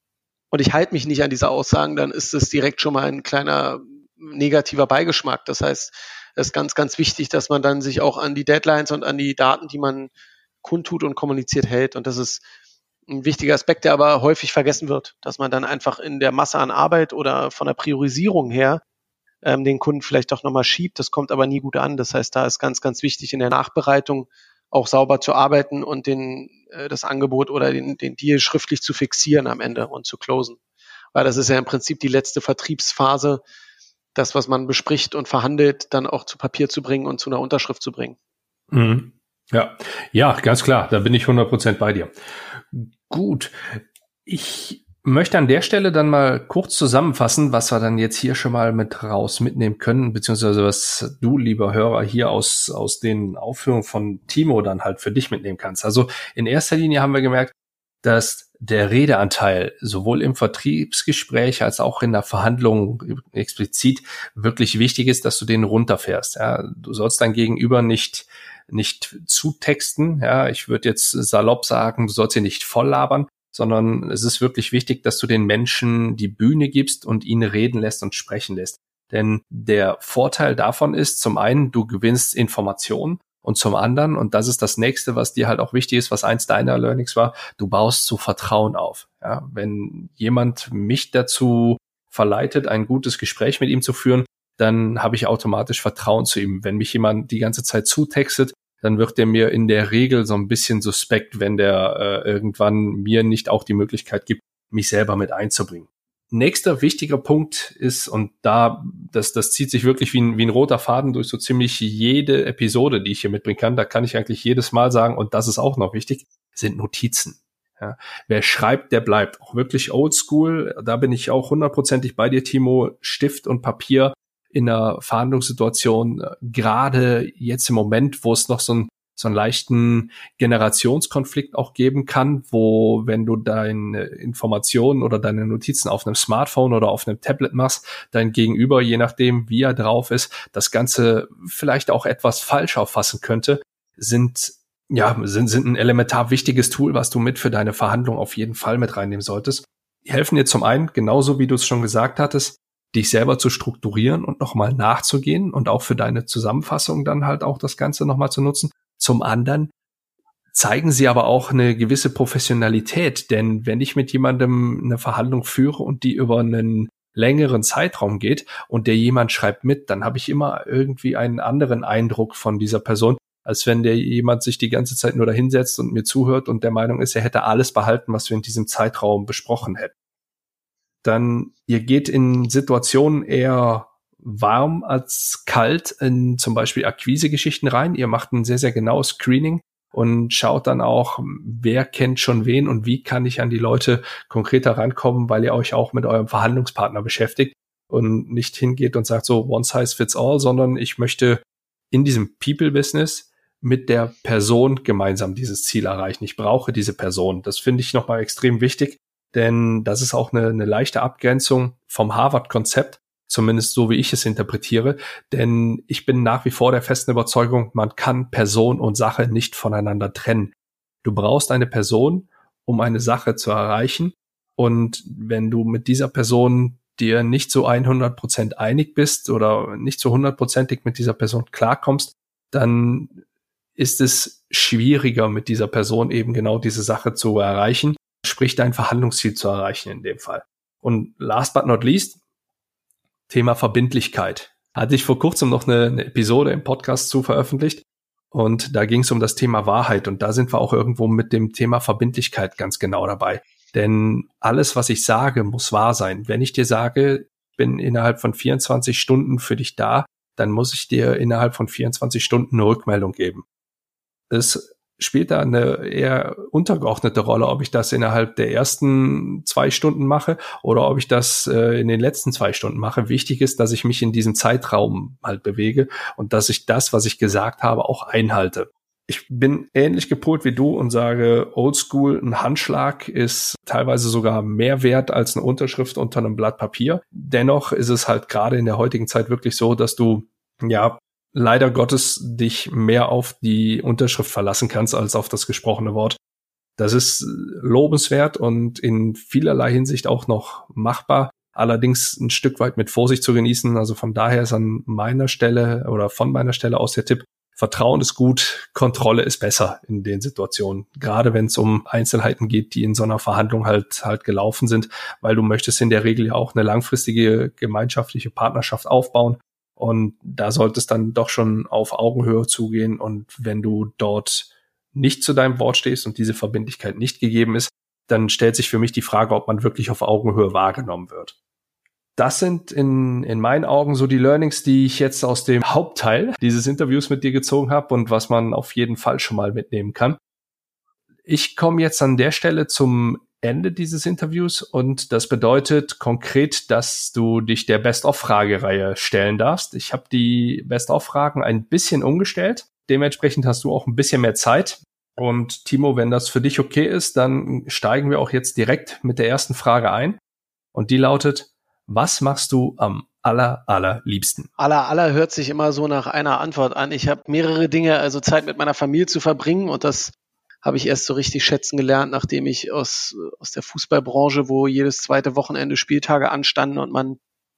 und ich halte mich nicht an diese Aussagen, dann ist es direkt schon mal ein kleiner negativer Beigeschmack. Das heißt, es ist ganz, ganz wichtig, dass man dann sich auch an die Deadlines und an die Daten, die man kundtut und kommuniziert, hält. Und das ist ein wichtiger Aspekt, der aber häufig vergessen wird, dass man dann einfach in der Masse an Arbeit oder von der Priorisierung her ähm, den Kunden vielleicht doch nochmal schiebt. Das kommt aber nie gut an. Das heißt, da ist ganz, ganz wichtig, in der Nachbereitung auch sauber zu arbeiten und den, äh, das Angebot oder den, den Deal schriftlich zu fixieren am Ende und zu closen. Weil das ist ja im Prinzip die letzte Vertriebsphase, das, was man bespricht und verhandelt, dann auch zu Papier zu bringen und zu einer Unterschrift zu bringen. Mhm. Ja, ja, ganz klar. Da bin ich hundert Prozent bei dir. Gut. Ich möchte an der Stelle dann mal kurz zusammenfassen, was wir dann jetzt hier schon mal mit raus mitnehmen können, beziehungsweise was du, lieber Hörer, hier aus, aus den Aufführungen von Timo dann halt für dich mitnehmen kannst. Also in erster Linie haben wir gemerkt, dass der Redeanteil sowohl im Vertriebsgespräch als auch in der Verhandlung explizit wirklich wichtig ist, dass du den runterfährst. Ja, du sollst dein Gegenüber nicht nicht zutexten. Ja, ich würde jetzt salopp sagen, du sollst ihn nicht voll labern, sondern es ist wirklich wichtig, dass du den Menschen die Bühne gibst und ihn reden lässt und sprechen lässt. Denn der Vorteil davon ist, zum einen, du gewinnst Informationen und zum anderen, und das ist das Nächste, was dir halt auch wichtig ist, was eins deiner Learnings war, du baust so Vertrauen auf. Ja, wenn jemand mich dazu verleitet, ein gutes Gespräch mit ihm zu führen, dann habe ich automatisch Vertrauen zu ihm. Wenn mich jemand die ganze Zeit zutextet, dann wird der mir in der Regel so ein bisschen suspekt, wenn der äh, irgendwann mir nicht auch die Möglichkeit gibt, mich selber mit einzubringen. Nächster wichtiger Punkt ist, und da, das, das zieht sich wirklich wie ein, wie ein roter Faden durch so ziemlich jede Episode, die ich hier mitbringen kann, da kann ich eigentlich jedes Mal sagen, und das ist auch noch wichtig, sind Notizen. Ja, wer schreibt, der bleibt. Auch wirklich oldschool, da bin ich auch hundertprozentig bei dir, Timo, Stift und Papier in einer Verhandlungssituation, gerade jetzt im Moment, wo es noch so, ein, so einen leichten Generationskonflikt auch geben kann, wo, wenn du deine Informationen oder deine Notizen auf einem Smartphone oder auf einem Tablet machst, dein Gegenüber, je nachdem, wie er drauf ist, das Ganze vielleicht auch etwas falsch auffassen könnte, sind ja, sind, sind ein elementar wichtiges Tool, was du mit für deine Verhandlung auf jeden Fall mit reinnehmen solltest. Die helfen dir zum einen, genauso wie du es schon gesagt hattest, dich selber zu strukturieren und nochmal nachzugehen und auch für deine Zusammenfassung dann halt auch das Ganze nochmal zu nutzen. Zum anderen zeigen sie aber auch eine gewisse Professionalität, denn wenn ich mit jemandem eine Verhandlung führe und die über einen längeren Zeitraum geht und der jemand schreibt mit, dann habe ich immer irgendwie einen anderen Eindruck von dieser Person, als wenn der jemand sich die ganze Zeit nur da hinsetzt und mir zuhört und der Meinung ist, er hätte alles behalten, was wir in diesem Zeitraum besprochen hätten. Dann, ihr geht in Situationen eher warm als kalt in zum Beispiel Akquise-Geschichten rein. Ihr macht ein sehr, sehr genaues Screening und schaut dann auch, wer kennt schon wen und wie kann ich an die Leute konkreter rankommen, weil ihr euch auch mit eurem Verhandlungspartner beschäftigt und nicht hingeht und sagt so one size fits all, sondern ich möchte in diesem People-Business mit der Person gemeinsam dieses Ziel erreichen. Ich brauche diese Person. Das finde ich nochmal extrem wichtig, denn das ist auch eine, eine leichte Abgrenzung vom Harvard-Konzept, zumindest so wie ich es interpretiere, denn ich bin nach wie vor der festen Überzeugung, man kann Person und Sache nicht voneinander trennen. Du brauchst eine Person, um eine Sache zu erreichen, und wenn du mit dieser Person dir nicht so hundert Prozent einig bist oder nicht so hundertprozentig mit dieser Person klarkommst, dann ist es schwieriger, mit dieser Person eben genau diese Sache zu erreichen, sprich dein Verhandlungsziel zu erreichen in dem Fall. Und last but not least, Thema Verbindlichkeit. Hatte ich vor kurzem noch eine, eine Episode im Podcast zu veröffentlicht und da ging es um das Thema Wahrheit und da sind wir auch irgendwo mit dem Thema Verbindlichkeit ganz genau dabei. Denn alles, was ich sage, muss wahr sein. Wenn ich dir sage, ich bin innerhalb von vierundzwanzig Stunden für dich da, dann muss ich dir innerhalb von vierundzwanzig Stunden eine Rückmeldung geben. Es spielt da eine eher untergeordnete Rolle, ob ich das innerhalb der ersten zwei Stunden mache oder ob ich das äh, in den letzten zwei Stunden mache. Wichtig ist, dass ich mich in diesem Zeitraum halt bewege und dass ich das, was ich gesagt habe, auch einhalte. Ich bin ähnlich gepolt wie du und sage, oldschool, ein Handschlag ist teilweise sogar mehr wert als eine Unterschrift unter einem Blatt Papier. Dennoch ist es halt gerade in der heutigen Zeit wirklich so, dass du, ja, leider Gottes dich mehr auf die Unterschrift verlassen kannst als auf das gesprochene Wort. Das ist lobenswert und in vielerlei Hinsicht auch noch machbar, allerdings ein Stück weit mit Vorsicht zu genießen. Also von daher ist an meiner Stelle oder von meiner Stelle aus der Tipp, Vertrauen ist gut, Kontrolle ist besser in den Situationen. Gerade wenn es um Einzelheiten geht, die in so einer Verhandlung halt halt gelaufen sind, weil du möchtest in der Regel ja auch eine langfristige gemeinschaftliche Partnerschaft aufbauen. Und da sollte es dann doch schon auf Augenhöhe zugehen. Und wenn du dort nicht zu deinem Wort stehst und diese Verbindlichkeit nicht gegeben ist, dann stellt sich für mich die Frage, ob man wirklich auf Augenhöhe wahrgenommen wird. Das sind in, in meinen Augen so die Learnings, die ich jetzt aus dem Hauptteil dieses Interviews mit dir gezogen habe und was man auf jeden Fall schon mal mitnehmen kann. Ich komme jetzt an der Stelle zum Ende dieses Interviews und das bedeutet konkret, dass du dich der Best-of-Fragereihe stellen darfst. Ich habe die Best-of-Fragen ein bisschen umgestellt. Dementsprechend hast du auch ein bisschen mehr Zeit. Und Timo, wenn das für dich okay ist, dann steigen wir auch jetzt direkt mit der ersten Frage ein. Und die lautet, was machst du am aller, allerliebsten? Aller, aller hört sich immer so nach einer Antwort an. Ich habe mehrere Dinge, also Zeit mit meiner Familie zu verbringen und das habe ich erst so richtig schätzen gelernt, nachdem ich aus, aus der Fußballbranche, wo jedes zweite Wochenende Spieltage anstanden und man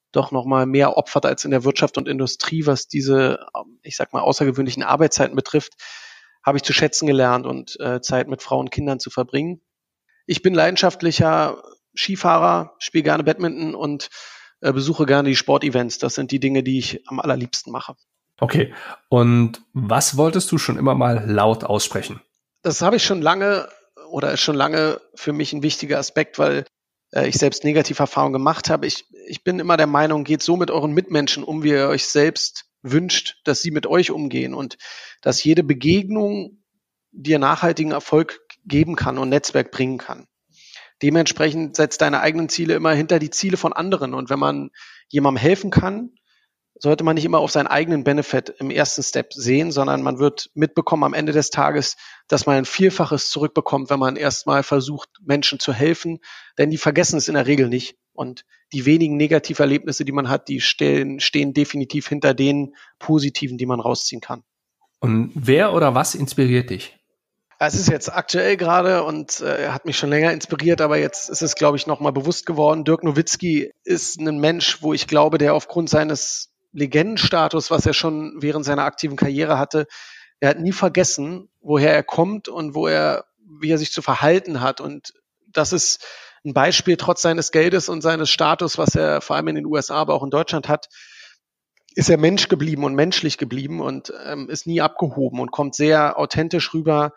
doch nochmal mehr opfert als in der Wirtschaft und Industrie, was diese, ich sag mal, außergewöhnlichen Arbeitszeiten betrifft, habe ich zu schätzen gelernt und äh, Zeit mit Frauen und Kindern zu verbringen. Ich bin leidenschaftlicher Skifahrer, spiele gerne Badminton und äh, besuche gerne die Sportevents. Das sind die Dinge, die ich am allerliebsten mache. Okay, und was wolltest du schon immer mal laut aussprechen? Das habe ich schon lange oder ist schon lange für mich ein wichtiger Aspekt, weil äh, ich selbst Negativerfahrungen gemacht habe. Ich, ich bin immer der Meinung, geht so mit euren Mitmenschen um, wie ihr euch selbst wünscht, dass sie mit euch umgehen und dass jede Begegnung dir nachhaltigen Erfolg geben kann und Netzwerk bringen kann. Dementsprechend setzt deine eigenen Ziele immer hinter die Ziele von anderen. Und wenn man jemandem helfen kann, sollte man nicht immer auf seinen eigenen Benefit im ersten Step sehen, sondern man wird mitbekommen am Ende des Tages, dass man ein Vielfaches zurückbekommt, wenn man erstmal versucht, Menschen zu helfen. Denn die vergessen es in der Regel nicht. Und die wenigen Negativerlebnisse, die man hat, die stehen, stehen definitiv hinter den positiven, die man rausziehen kann. Und wer oder was inspiriert dich? Es ist jetzt aktuell gerade und äh, hat mich schon länger inspiriert, aber jetzt ist es, glaube ich, nochmal bewusst geworden. Dirk Nowitzki ist ein Mensch, wo ich glaube, der aufgrund seines Legendenstatus, was er schon während seiner aktiven Karriere hatte, er hat nie vergessen, woher er kommt und wo er, wie er sich zu verhalten hat. Und das ist ein Beispiel, trotz seines Geldes und seines Status, was er vor allem in den U S A, aber auch in Deutschland hat, ist er Mensch geblieben und menschlich geblieben und ähm, ist nie abgehoben und kommt sehr authentisch rüber.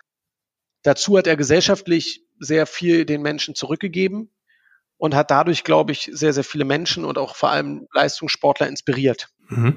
Dazu hat er gesellschaftlich sehr viel den Menschen zurückgegeben und hat dadurch, glaube ich, sehr, sehr viele Menschen und auch vor allem Leistungssportler inspiriert. Mhm.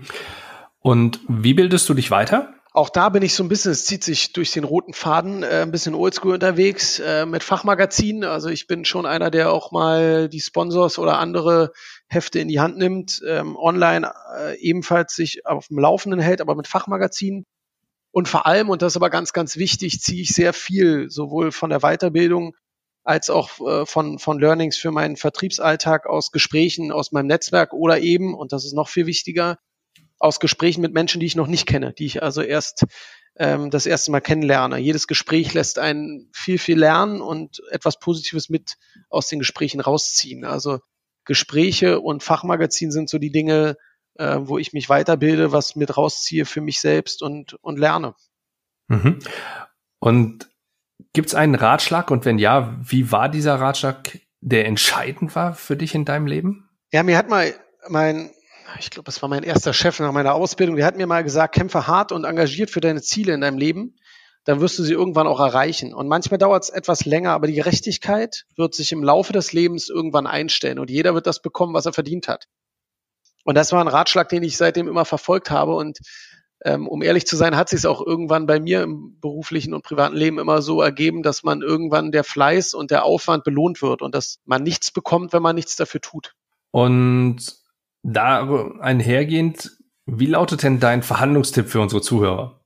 Und wie bildest du dich weiter? Auch da bin ich so ein bisschen, es zieht sich durch den roten Faden, äh, ein bisschen oldschool unterwegs äh, mit Fachmagazinen. Also ich bin schon einer, der auch mal die Sponsors oder andere Hefte in die Hand nimmt, ähm, online äh, ebenfalls sich auf dem Laufenden hält, aber mit Fachmagazinen. Und vor allem, und das ist aber ganz, ganz wichtig, ziehe ich sehr viel, sowohl von der Weiterbildung als auch äh, von, von Learnings für meinen Vertriebsalltag aus Gesprächen aus meinem Netzwerk oder eben, und das ist noch viel wichtiger, aus Gesprächen mit Menschen, die ich noch nicht kenne, die ich also erst ähm, das erste Mal kennenlerne. Jedes Gespräch lässt einen viel, viel lernen und etwas Positives mit aus den Gesprächen rausziehen. Also Gespräche und Fachmagazin sind so die Dinge, äh, wo ich mich weiterbilde, was mit rausziehe für mich selbst und, und lerne. Mhm. Und gibt es einen Ratschlag? Und wenn ja, wie war dieser Ratschlag, der entscheidend war für dich in deinem Leben? Ja, mir hat mal mein, ich glaube, das war mein erster Chef nach meiner Ausbildung, der hat mir mal gesagt, kämpfe hart und engagiert für deine Ziele in deinem Leben, dann wirst du sie irgendwann auch erreichen. Und manchmal dauert es etwas länger, aber die Gerechtigkeit wird sich im Laufe des Lebens irgendwann einstellen und jeder wird das bekommen, was er verdient hat. Und das war ein Ratschlag, den ich seitdem immer verfolgt habe. Und ähm, um ehrlich zu sein, hat sich es auch irgendwann bei mir im beruflichen und privaten Leben immer so ergeben, dass man irgendwann der Fleiß und der Aufwand belohnt wird und dass man nichts bekommt, wenn man nichts dafür tut. Und da einhergehend, wie lautet denn dein Verhandlungstipp für unsere Zuhörer?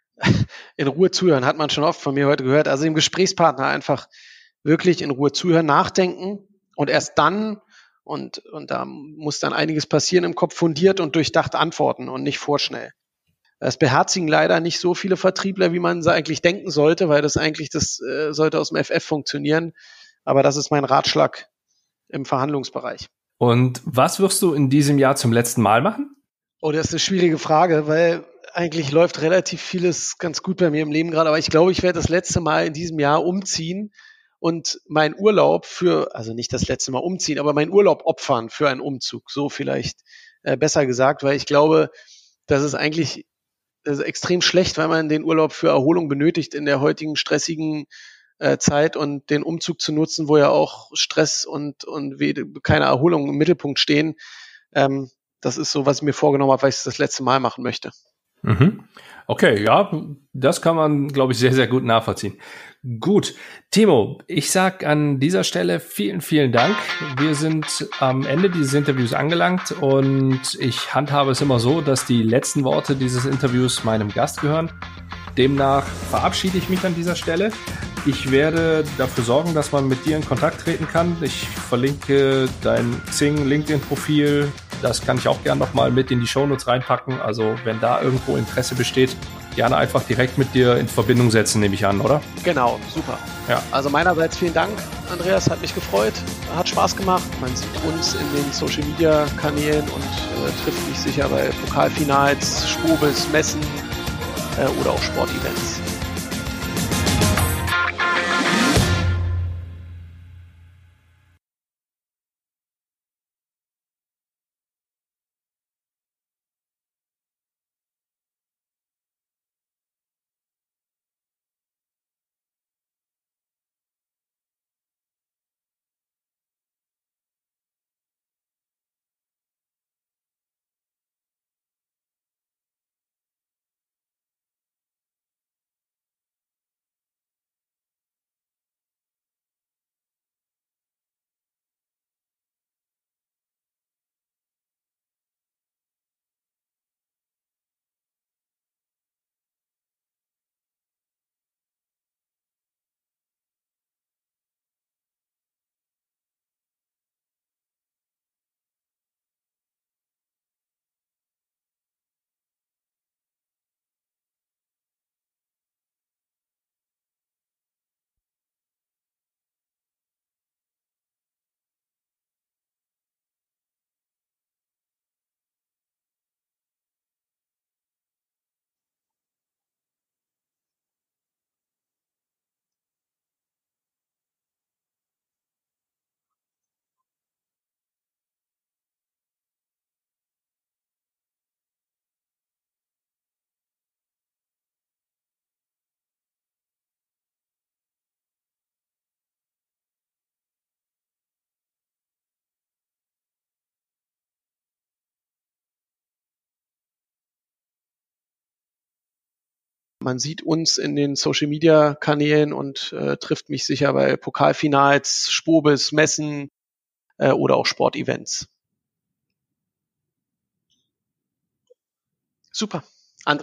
In Ruhe zuhören, hat man schon oft von mir heute gehört. Also dem Gesprächspartner einfach wirklich in Ruhe zuhören, nachdenken und erst dann, und, und da muss dann einiges passieren im Kopf, fundiert und durchdacht antworten und nicht vorschnell. Das beherzigen leider nicht so viele Vertriebler, wie man eigentlich denken sollte, weil das eigentlich, das äh, sollte aus dem F F funktionieren. Aber das ist mein Ratschlag im Verhandlungsbereich. Und was wirst du in diesem Jahr zum letzten Mal machen? Oh, das ist eine schwierige Frage, weil eigentlich läuft relativ vieles ganz gut bei mir im Leben gerade. Aber ich glaube, ich werde das letzte Mal in diesem Jahr umziehen und meinen Urlaub für, also nicht das letzte Mal umziehen, aber meinen Urlaub opfern für einen Umzug. So vielleicht äh, besser gesagt, weil ich glaube, das ist eigentlich das ist extrem schlecht, weil man den Urlaub für Erholung benötigt in der heutigen stressigen äh, Zeit und den Umzug zu nutzen, wo ja auch Stress und, und keine Erholung im Mittelpunkt stehen. Ähm, das ist so, was ich mir vorgenommen habe, weil ich es das letzte Mal machen möchte. Mhm. Okay, ja, das kann man, glaube ich, sehr, sehr gut nachvollziehen. Gut, Timo, ich sag an dieser Stelle vielen, vielen Dank. Wir sind am Ende dieses Interviews angelangt und ich handhabe es immer so, dass die letzten Worte dieses Interviews meinem Gast gehören. Demnach verabschiede ich mich an dieser Stelle. Ich werde dafür sorgen, dass man mit dir in Kontakt treten kann. Ich verlinke dein Xing, LinkedIn-Profil. Das kann ich auch gerne nochmal mit in die Shownotes reinpacken. Also wenn da irgendwo Interesse besteht, Jana einfach direkt mit dir in Verbindung setzen, nehme ich an, oder? Genau, super. Ja. Also meinerseits vielen Dank, Andreas, hat mich gefreut, hat Spaß gemacht. Man sieht uns in den Social-Media-Kanälen und äh, trifft mich sicher bei Pokalfinals, Spobis, Messen äh, oder auch Sportevents. Man sieht uns in den Social-Media-Kanälen und äh, trifft mich sicher bei Pokalfinals, Spobis, Messen äh, oder auch Sportevents. Super.